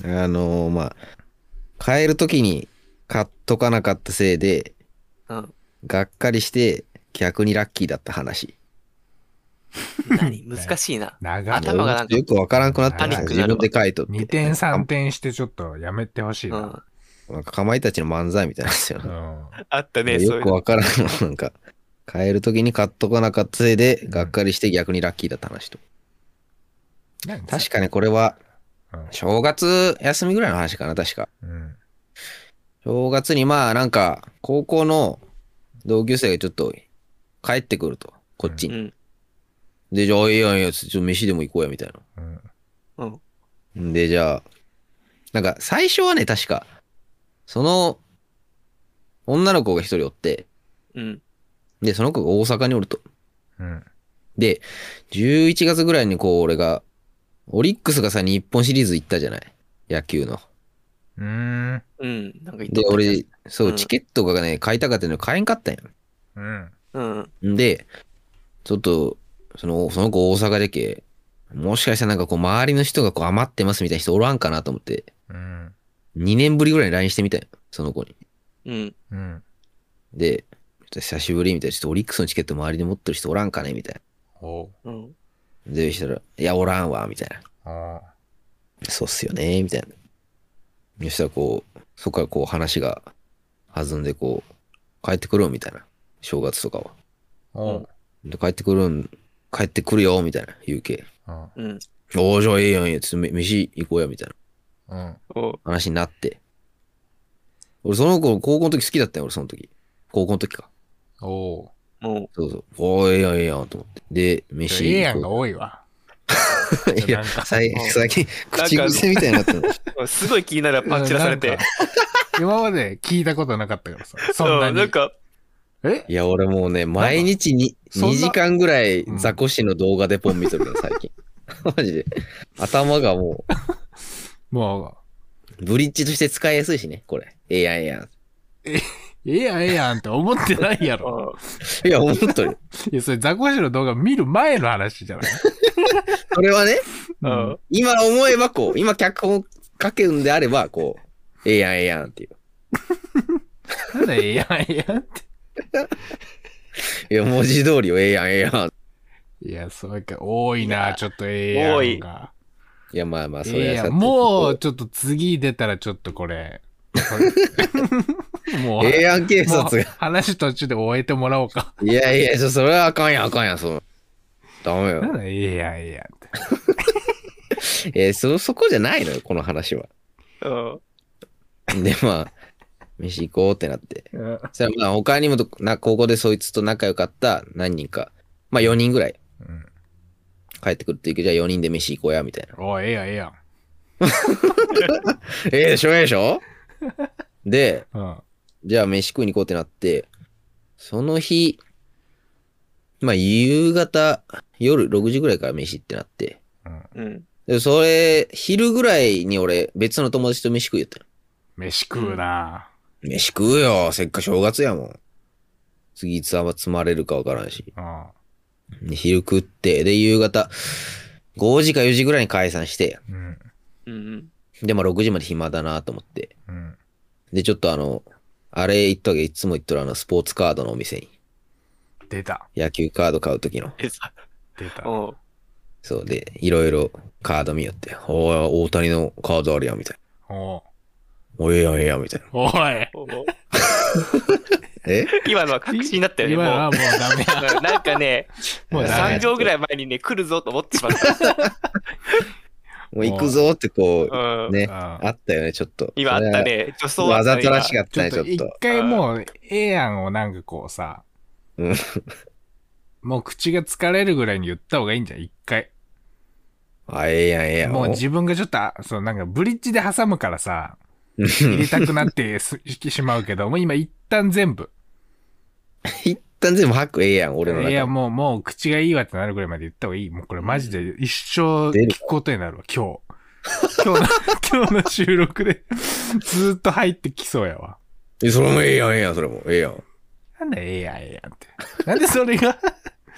まあ、帰るときに買っとかなかったせいで、 うん。 がっかりして逆にラッキーだった話。 何難しいな。 長っ。 いや、 頭がなんか、 よくわからんくなったパニんですよ。 ックになるわ。 自分で書いとって。 2点3点してちょっとやめてほしいな。 うん。 なんかかまいたちの漫才みたいなんですよ。 うん。 あったね、そういうの。 よくわからんの。なんか、帰るときに買っとかなかったせいで、がっかりして逆にラッキーだった話と。確かにこれは、正月休みぐらいの話かな、確か。 うん。 正月にまあなんか、高校の同級生がちょっと帰ってくると、こっちに。 うん。 で、じゃあ、いいやんいいやつ、ちょっと飯でも行こうや、みたいうん。 うん。 な。で、じゃあ、なんか最初はね、確か、その女の子が一人おって、 うん。 で、その子が大阪におると。 うん。 で、11月ぐらいにこう、俺が、オリックスがさ、日本シリーズ行ったじゃない、野球の。 うん。 うん。なんか言っで、 とった気がす俺、そうう、 んチケットがね、買いたかったのに買えんかったんよ。 うん。 うん。 で、ちょっと、その子大阪でけ、もしかしたらなんかこう、周りの人がこう余ってますみたいな人おらんかなと思って、 うん。 2年ぶりぐらいに LINE してみたよ。その子に。 うん。 うん。 で、ちょっと久しぶりみたいな、ちょっとオリックスのチケット周りで持ってる人おらんかねみたいおう。 うん。 な。で、したら、いや、おらんわ、みたいな。 ああ。 そうっすよね、みたいな。そしたらこう、そっからこう話が弾んでこう、帰ってくるみたいな。正月とかは。 おう。 で、帰ってくるよ、みたいな言うけ。 うん。 うん。 おー、じゃあええやん、ちょっと飯行こうや、みたいなうん。 おう。 話になって。俺その子、高校の時好きだったよ、俺その時。高校の時か。 おう。 もそうそう。おー、ええやん、ええやん、と思って。で、飯ええやんが行こ多いわ。 う。いや、 なんか最近、口癖みたいになってる。 う、すごい気になるパンチ出されてなんか。今まで聞いたことなかったからさ。そんなうん、 に。 なんか、 えいや、俺もうね、毎日にそんな 2時間ぐらいうんザコシの動画でポン見とるの、最近。マジで。頭がももう、ブリッジとして使いやすいしね、これ。ええやん、ええやん。 う、ええやんええやんって思ってないやろ。 ういや、思っとるよ。 いや、それザコシの動画見る前の話じゃない。 それはね、 ん。うん。 今思えばこう、今脚本書けるんであれば、こう、ええやん、ええやんっていう。 なんだええやんええやんって。 いや、文字通りよ、ええやん、ええやん。 いや、そうか、多いな、 いやちょっとええや多いんが。 いや、まあまあ、そええやん。 れはさてもう、ちょっと次出たらちょっとこれ。もう、 ええやん警察もうが。 話途中で終えてもらおうか。 いやいや、それはあかんやん、あかんやん、ダメよ。 なんだええやんええやんって。 そこじゃないのよ、この話は。 うん。 で、まあ、飯行こうってなって。 うんそしたらまあ、他にも高校でそいつと仲良かった何人か、まあ4人ぐらいうん帰ってくるって言うけど、じゃあ4人で飯行こうや、みたいな。 おい、ええやんええやん。 ええでしょ、ええでしょで、 うん。 じゃあ飯食いに行こうってなって、その日、まあ夕方、夜6時ぐらいから飯ってなって、 うん。 で、それ、昼ぐらいに俺、別の友達と飯食いよったよ。 飯食うな。 飯食うよ、せっか正月やもん。次いつ積まれるかわからんし。 うん。 で昼食って、で、夕方、5時か4時ぐらいに解散して、 うん。 うん。 で、まあ6時まで暇だなと思って。 うん。 で、ちょっとあれ行ったわけ、いつも行っとるスポーツカードのお店に。 出た。 野球カード買うときの。 えさ。 出た。 おう。 そうで、いろいろカード見よって。おい、大谷のカードあるやん、みたいおうな。おい、ええやん、ええやん、みたいな。 おい。 おう。 え今のは確信だったよね、も今のはもうダメや。 う。なんかね、 もうダメ 3秒ぐらい前にね、来るぞと思ってしまった。 もう行くぞってこうんう、ね、 うんあったよね、ちょっと。 今あったね。女装あったねわざとらし今かったね、ちょっ一と。 回もう、ええやんをなんかこうさ、 うんもう口が疲れるぐらいに言った方がいいんじゃん、一回。 あ、ええやん、ええやん。 もう自分がちょっと、そう、なんかブリッジで挟むからさ、入れたくなってしまうけど、もう今一旦全部。 一旦全部吐くええやん、俺の中で。 いや、もう口がいいわってなるぐらいまで言った方がいい。もうこれマジで一生聞くことになるわ、今日。今日の収録でずーっと入ってきそうやわ。 それもええやん、ええやん、それも。ええやん。 なんだええやんええやんって。なんでそれが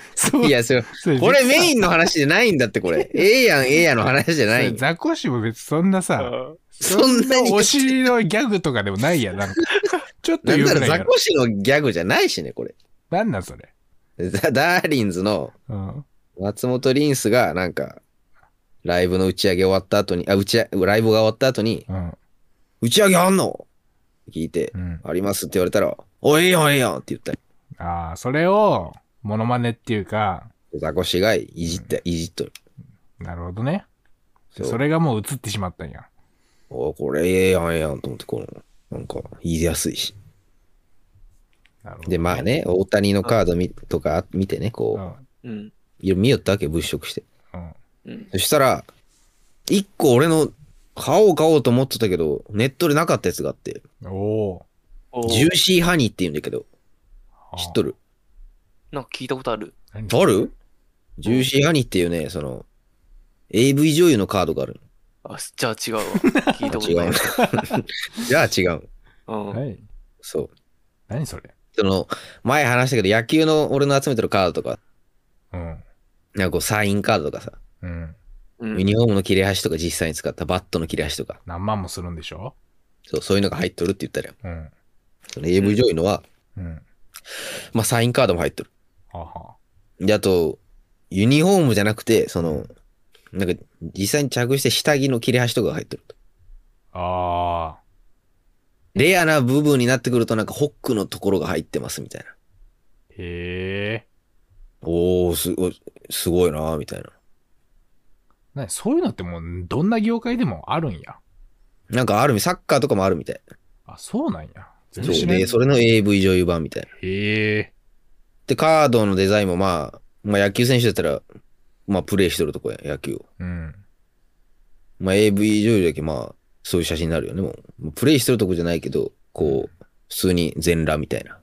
そういや、これメインの話じゃないんだって、これ。ええやん、ええやんの話じゃない。 ザコシも別にそんなさ、 そんなにお尻のギャグとかでもないやん。なんか、ちょっとなんなら言うぐらいやろ。 ザコシのギャグじゃないしね、これ。 なんなんそれ。 ダーリンズのうん。 松本リンスがなんか、ライブの打ち上げ終わった後に、ライブが終わった後に、 うん。 打ち上げあんのって聞いて、 うん。 ありますって言われたら、おい、ええやん、ええやんって言ったり。 ああ、それを、モノマネっていうか、 ザコシがいじっとる。 なるほどね。 そうそれがもう映ってしまったんや。 これええやん、ええやんと思って、なんか、言いやすいし。 なるほど、 で、まあ。ね、大谷のカードとか見てね、 うん。 見よったわけ、物色して。 うん。 うん。 そしたら、一個俺の買おうと思ってたけど、ネットでなかったやつがあって、 うん。おおジューシーハニーって言うんだけど、 ー。 知っとる？ なんか聞いたことある。 何ある？ジューシーハニーっていうね、AV 女優のカードがあるあ、じゃあ違うわ。聞いたの。 ことない違う。じゃあ違う。 うん。 はい。 そう。 何それ。 前話したけど、野球の俺の集めてるカードとか、 うん。 なんかサインカードとかさ、 うん。 うんユニフォームの切れ端とか実際に使ったバットの切れ端とか、 何万もするんでしょ？ そういうのが入っとるって言ったらよ。 うん。 その AV 女優のは、 うん。 まあサインカードも入っとる。 はは。 で、あと、ユニフォームじゃなくて、なんか実際に着して下着の切れ端とかが入ってると。 あレアな部分になってくるとなんかホックのところが入ってますみたいな。 ー。へえ。 おー、すごいなーみたいな。 そういうのってもう、どんな業界でもあるんや。 なんかあるサッカーとかもあるみたい。 あ、そうなんや。全そう然知らんで、それの AV 女優版みたいな。 へえ。 で、カードのデザインもまあ野球選手だったら、まあプレイしとるとこや、野球を。 うん。 まあ AV 女優だけまあ、そういう写真になるよね。もうプレイしてるとこじゃないけど、普通に全裸みたいな。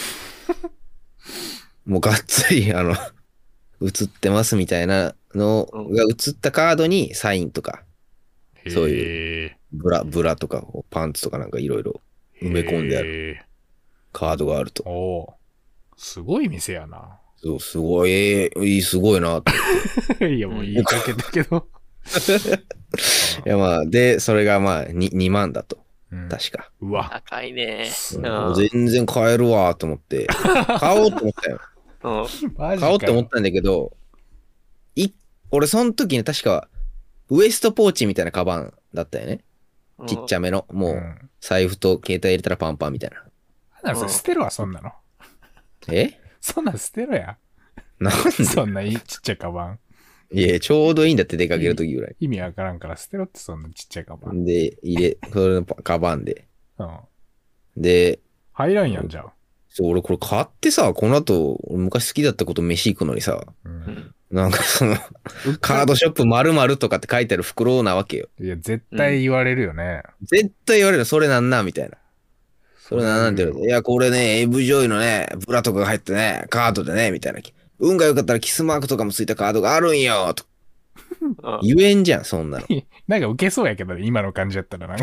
もうがっつり、映ってますみたいなのが映ったカードにサインとか、そういうブラとかパンツとかなんかいろいろ埋め込んであるる。 カードがあると。 おー。すごい店やな。 そう、すごい、すごいなと。 いや、もう言いかけたけど。 いやまあ、で、それがまあ2万だと。 うん確か。 うわ。 高いね。 もう全然買えるわと思って、買おうと思ったよ。 マジ買おうと思ったんだけど、俺その時に確か、ウエストポーチみたいなカバンだったよね。ちっちゃめの。もう、財布と携帯入れたらパンパンみたいな。 なんそれ捨てろはそんなの。 えそんなん捨てろや。 なんでそんなちっちゃいカバン。 いや、ちょうどいいんだって出かける時ぐらい。 意味わからんから捨てろってそんなちっちゃいカバン。 で、それのカバンで。 うん。 で、 入らんやんじゃん。 そう、俺これ買ってさ、この後、俺昔好きだったこと飯行くのにさ、 うんなんかカードショップ〇〇とかって書いてある袋なわけよ。 いや、絶対言われるよね。 絶対言われる、それなんなみたいな。それなんて言われて、いや、これね、AV ジョイのね、ブラとかが入ってね、カードでね、みたいな。運が良かったらキスマークとかもついたカードがあるんよ、と。言えんじゃん、そんなの。 なんか受けそうやけどね、今の感じやったらなんか。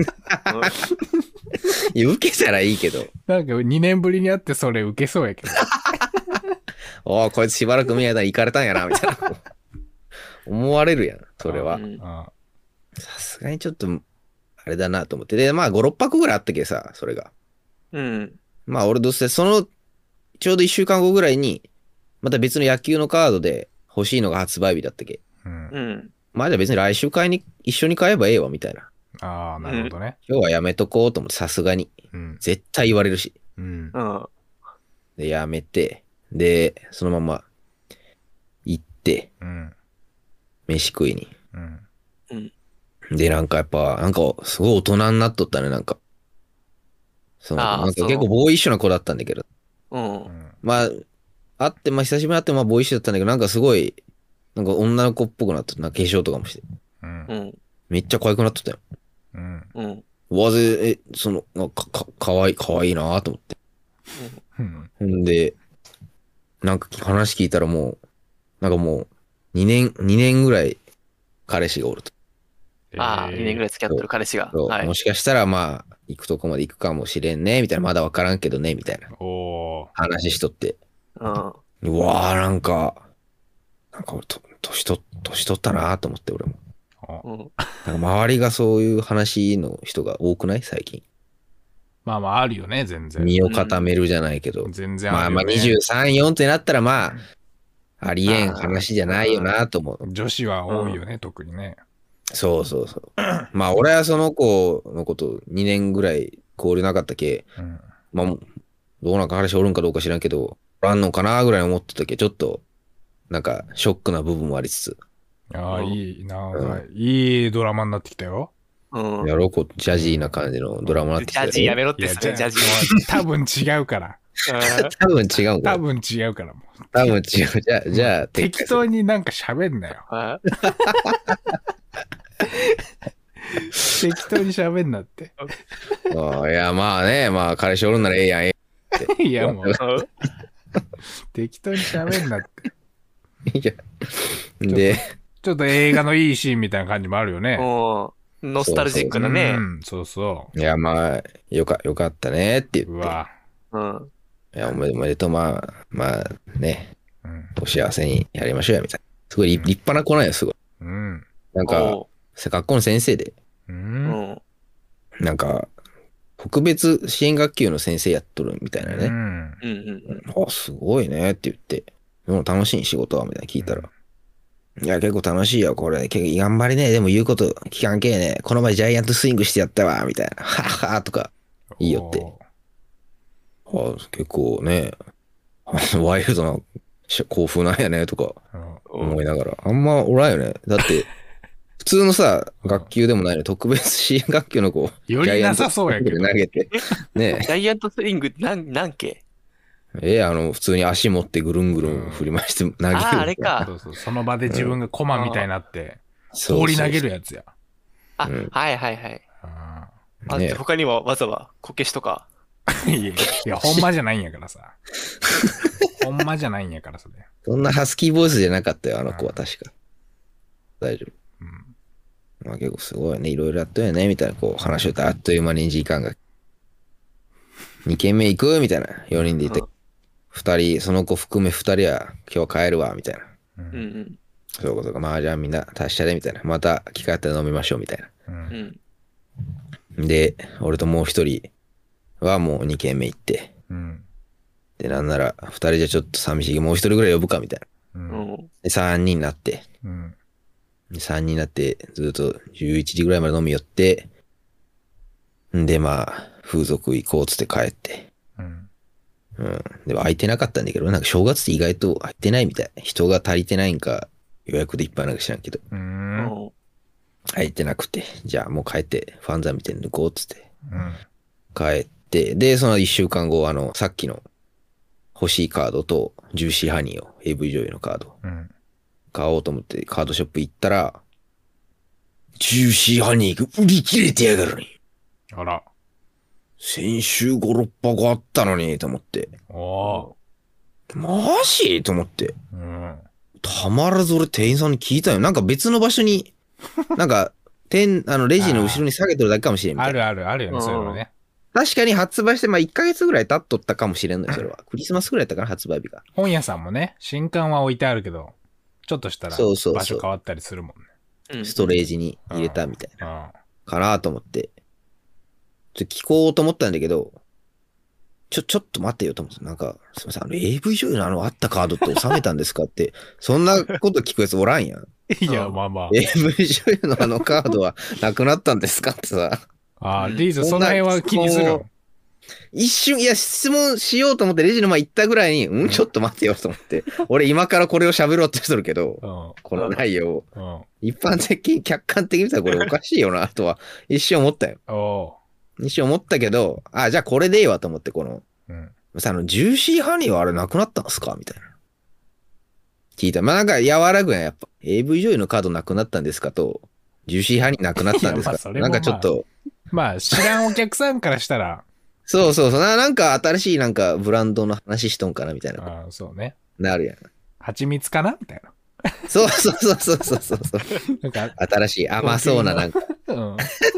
いや、受けたらいいけど。 なんか2年ぶりに会ってそれ受けそうやけど。 おこいつしばらく見えたら行かれたんやな、みたいな。思われるやん、それは。さすがにちょっと、あれだなと思って。で、まあ5、6泊ぐらいあったけどさ、それが。 うん。 まあ俺どうせ、ちょうど1週間後ぐらいに、また別の野球のカードで欲しいのが発売日だったけ。 うん。 まあじゃあ別に来週一緒に買えばええわ、みたいな。 ああ、なるほどね。 今日はやめとこうと思って、さすがに。絶対言われるし。で、やめて、で、そのまま、行って、飯食いに。で、なんかやっぱ、なんか、すごい大人になっとったね、なんか。なんか結構ボーイッシュな子だったんだけど。まあ、会って、まあ久しぶりに会って、まあボーイッシュだったんだけど、なんかすごい、なんか女の子っぽくなっとった。なんか化粧とかもして。めっちゃ可愛くなっとったよ。わぜ、かわいいなと思って。ほんで、なんか話聞いたらもう、なんかもう、2年ぐらい彼氏がおると。 ああ、2年ぐらい付き合ってる彼氏が。 もしかしたらまあ、行くとこまで行くかもしれんね、みたいな、まだわからんけどね、みたいな。話しとって。 うわーなんか俺年取ったなと思って俺も。なんか周りがそういう話の人が多くない最近。 まあまああるよね、全然。 身を固めるじゃないけど。 全然あるよね。 まあ23、4ってなったらまあ、ありえん話じゃないよなと思う。 女子は多いよね、特にね。 そう。まあ俺はその子のこと2年ぐらい交流なかったけ、まあどうなんか彼氏おるんかどうか知らんけど、おらんのかなぐらい思ってたけ、ちょっとなんかショックな部分もありつつ。 ああ、いい、なんか、いいドラマになってきたよ。 やろうこ、ジャジーな感じのドラマになってきたよ。 ジャジーやめろってそれ、ジャジー。 多分違うから。 多分違うんか。 多分違うからもう。 多分違う。じゃあ、 適当になんか喋んなよ。適当に喋んなって。 いや、まあね、まあ彼氏おるんならええやん、 いや、もう。適当に喋んなって。 いや、で、 ちょっと映画のいいシーンみたいな感じもあるよね。 ノスタルジックなね。 そうそう。 いや、まあ、よかったねって言って。 うわ。 いや、おめでとう、まあね、お幸せにやりましょうや、みたいな。すごい立派な子なんよ、すごい。なんか、学校の先生で、なんか、特別支援学級の先生やっとるみたいなね。すごいねって言って、でも楽しい仕事はみたいな聞いたら、いや、結構楽しいよ、これ。結構頑張りね。でも言うこと聞かんけえね。この前ジャイアントスイングしてやったわ、みたいな。はっはーとか言いよって。結構ね、ワイルドな校風なんやね、とか思いながら。あんまおらんよね。だって、普通のさ、学級でもないの特別支援学級の子、 よりなさそうやけど。 投げて。ねジャイアントスイング何件普通に足持ってぐるんぐるん振り回して投げる。 あれか。 その場で自分がコマみたいになって、放り投げるやつや。 はい。他にもわざわこけしとか。 いや、ほんまじゃないんやからさ。ほんまじゃないんやからそれ。 そんなハスキーボイスじゃなかったよ、あの子は確か。大丈夫。まあ結構すごいね、いろいろやったよね、みたいなこう話をしてあっという間に時間が。2軒目行くみたいな、4人でいて。2人、その子含め2人は今日帰るわ、みたいな。そうか、まあじゃあみんな達者で、みたいな。また機会あったら飲みましょう、みたいな。で、俺ともう1人はもう2軒目行って。で、なんなら2人じゃちょっと寂しいけど、もう1人ぐらい呼ぶか、みたいな。で、3人になって。3人になって、ずっと11時ぐらいまで飲み寄って、で、まあ、風俗行こうつって帰って。でも空いてなかったんだけど、なんか正月って意外と空いてないみたい。人が足りてないんか、予約でいっぱいなんか知らんけど。空いてなくて、じゃあもう帰って、ファンザ見て抜こうつって。帰って、で、その1週間後、さっきの欲しいカードと、ジューシーハニーを、AV 女優のカード。買おうと思ってカードショップ行ったら、ジューシーハニーが売り切れてやがるに。 あら。 先週5、6箱あったのに、と思って。マジと思って。たまらず俺店員さんに聞いたよ。なんか別の場所に、なんか、レジの後ろに下げてるだけかもしれんみたいな。 あるよね、そういうのね。 確かに発売して、まあ1ヶ月ぐらい経っとったかもしれんのよ、それは。クリスマスぐらいだったかな、発売日が。 本屋さんもね、新刊は置いてあるけど、ちょっとしたら場所変わったりするもんね。 ストレージに入れたみたいな。かなと思って。聞こうと思ったんだけど、ちょっと待ってよと思って、なんか、すみません、AV 女優のあったカードって収めたんですかって、そんなこと聞くやつおらんやん。 いや、まあまあ。 AV 女優のカードはなくなったんですかってさ。 リーズ、その辺は気にする。 一瞬、いや、質問しようと思ってレジの前行ったぐらいに、ちょっと待ってよと思って。俺今からこれを喋ろうってしてるけど、この内容。一般的に客観的に見たらこれおかしいよな、とは一瞬思ったよ。一瞬思ったけど、じゃあこれでいいわと思って、ジューシーハニーはあれなくなったんすかみたいな。聞いた。まあなんか和らぐやん、やっぱ。AV 女優のカードなくなったんですかと、ジューシーハニーなくなったんですかなんかちょっと。 まあ知らんお客さんからしたら。 そう。なんか新しいなんかブランドの話しとんかなみたいな。 そうね。 なるやん。 蜂蜜かなみたいな。 そう。なんか新しい甘そうななんか。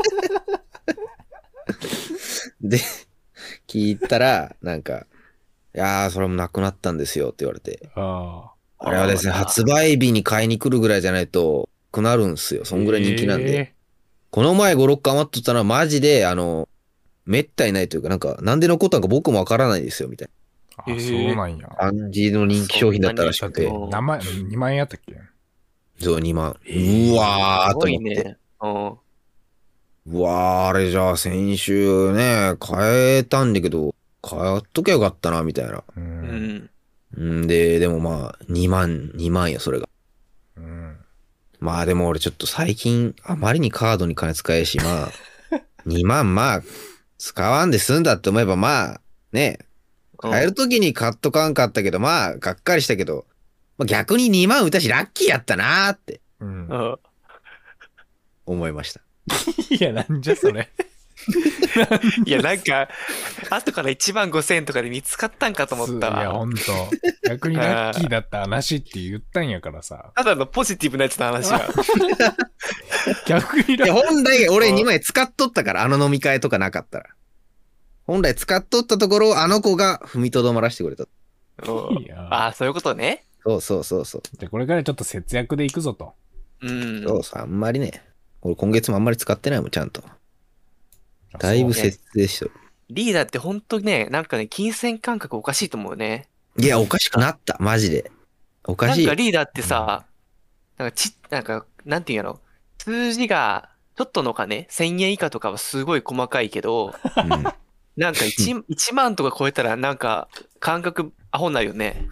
で、聞いたら、なんか、 いやー、それもなくなったんですよって言われて。 ああれはですね、発売日に買いに来るぐらいじゃないと、なくなるんすよ。そんぐらい人気なんで。この前5、6個余っとったのはマジで、めったにないというか、なんか、なんで残ったのか僕もわからないですよ、みたいな。あ、そうなんや。 感じの人気商品だったらしくて。 2万円やったっけ？ そう、2万。うわーと思って。うわー、あれじゃあ先週ね、買えたんだけど、買っときゃよかったな、みたいな。でもまあ、2万よ、それが。まあでも俺ちょっと最近、あまりにカードに金使えし、まあ、2万まあ、使わんで済んだって思えばまあ、ね、買えるときに買っとかんかったけど、まあ、がっかりしたけど、まあ、逆に2万打たしラッキーやったなーって、思いました。 いや、なんじゃそれ。 いや、なんか、後から1万5千円とかで見つかったんかと思ったわ。 いや、ほんと。逆にラッキーだった話って言ったんやからさ。 ただのポジティブなやつの話が。 逆にラッキー。 本来俺2枚使っとったから、飲み会とかなかったら。本来使っとったところをあの子が踏みとどまらせてくれた。 ああ、そういうことね。 そう。 で、これからちょっと節約でいくぞと。 そう、あんまりね。俺今月もあんまり使ってないもん、ちゃんと。だいぶ節制してる。 リーダーってほんとね、なんかね、金銭感覚おかしいと思うね。 いや、おかしくなった、マジで。おかしい。 なんかリーダーってさ、なんか、なんていうんやろ。数字が、ちょっとの金、1000円以下とかはすごい細かいけど、なんか 1万とか超えたらなんか感覚アホになるよね。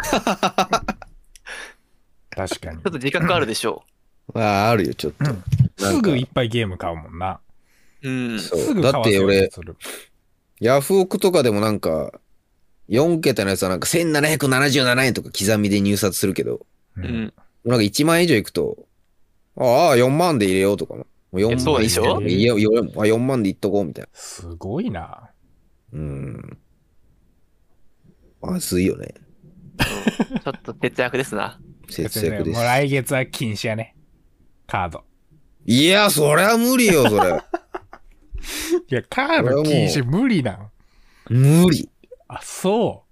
確かに。 ちょっと自覚あるでしょあるよ、ちょっと。 すぐいっぱいゲーム買うもんな。 そう。だって俺、ヤフオクとかでもなんか、4桁のやつはなんか1777円とか刻みで入札するけど、なんか1万円以上いくと、ああ、4万で入れようとかも。4万そうでしょ ？4万でいっとこうみたいな。 すごいな。 まずいよね。 ちょっと節約ですな。 節約です。 もう来月は禁止やね。カード。 いや、そりゃ無理よ、それ。 いや、カード禁止無理なん。 無理。 あ、そう。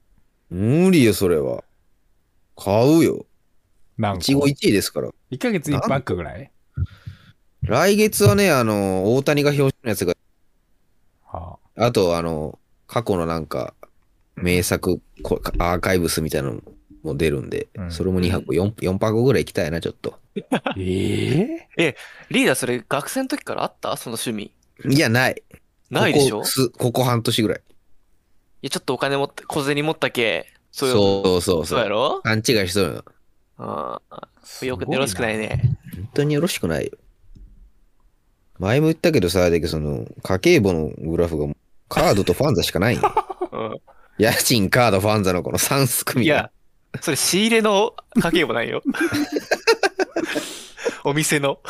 無理よ、それは。買うよ。 なんか。 一期一会ですから。 1ヶ月1パックぐらい？ 来月はね、大谷が表紙のやつが、あと、過去のなんか、名作アーカイブスみたいなのも出るんで、それも2箱、4箱ぐらい行きたいな、ちょっと。 リーダーそれ学生の時からあったその趣味。 いや、ない。 ないでしょ？ ここ半年ぐらい。 いや、ちょっとお金持って、小銭持ったけ、 そうやろ？ 勘違いしそうよ。 よろしくないね。 本当によろしくないよ。前も言ったけどさ、その、家計簿のグラフがカードとファンザしかないよ。家賃、カード、ファンザのこの3すくみ。 いや、それ仕入れの家計簿ないよ。お店の。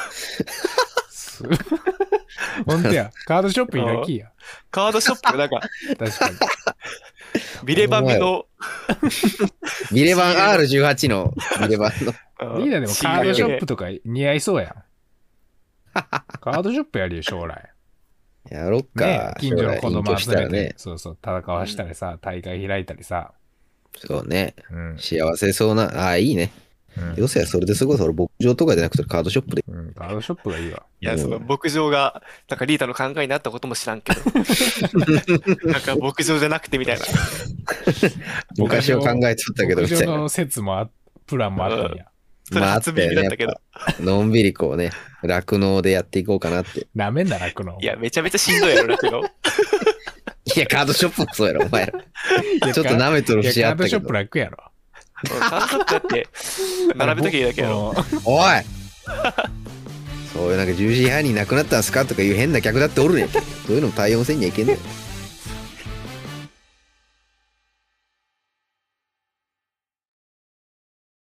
ほんとや、カードショップ開きや。 カードショップなんか、 確かに。 ビレバンの。 ビレバン R18 のビレバンの。 リーダーでもカードショップとか似合いそうやん。カードショップやるよ、将来。 やろっか。 ね、近所の子供集めて、そうそう、戦わしたりさ、大会開いたりさ。 そうね。幸せそうな、いいね。よせや、それですごい、それ牧場とかじゃなくてカードショップで。 カードショップがいいわ。 いや、その牧場が、なんかリーダーの考えになったことも知らんけど。なんか牧場じゃなくてみたいな。 昔は考えちゃったけど、 牧場の説もプランもあったんや。 それ初耳だったけど。 のんびりこうね、酪農でやっていこうかなって。 なめんな、酪農。 いや、めちゃめちゃしんどいやろ、酪農。 いや、カードショップもそうやろ、お前ら。ちょっと舐めとるしあったけど。 カードショップ楽やろ。 カードショップだって、並べときゃいいだけやろ。 おいそういうなんか10時半になくなったんすかとかいう変な客だっておるねん。そういうのも対応せんにはいけんねん。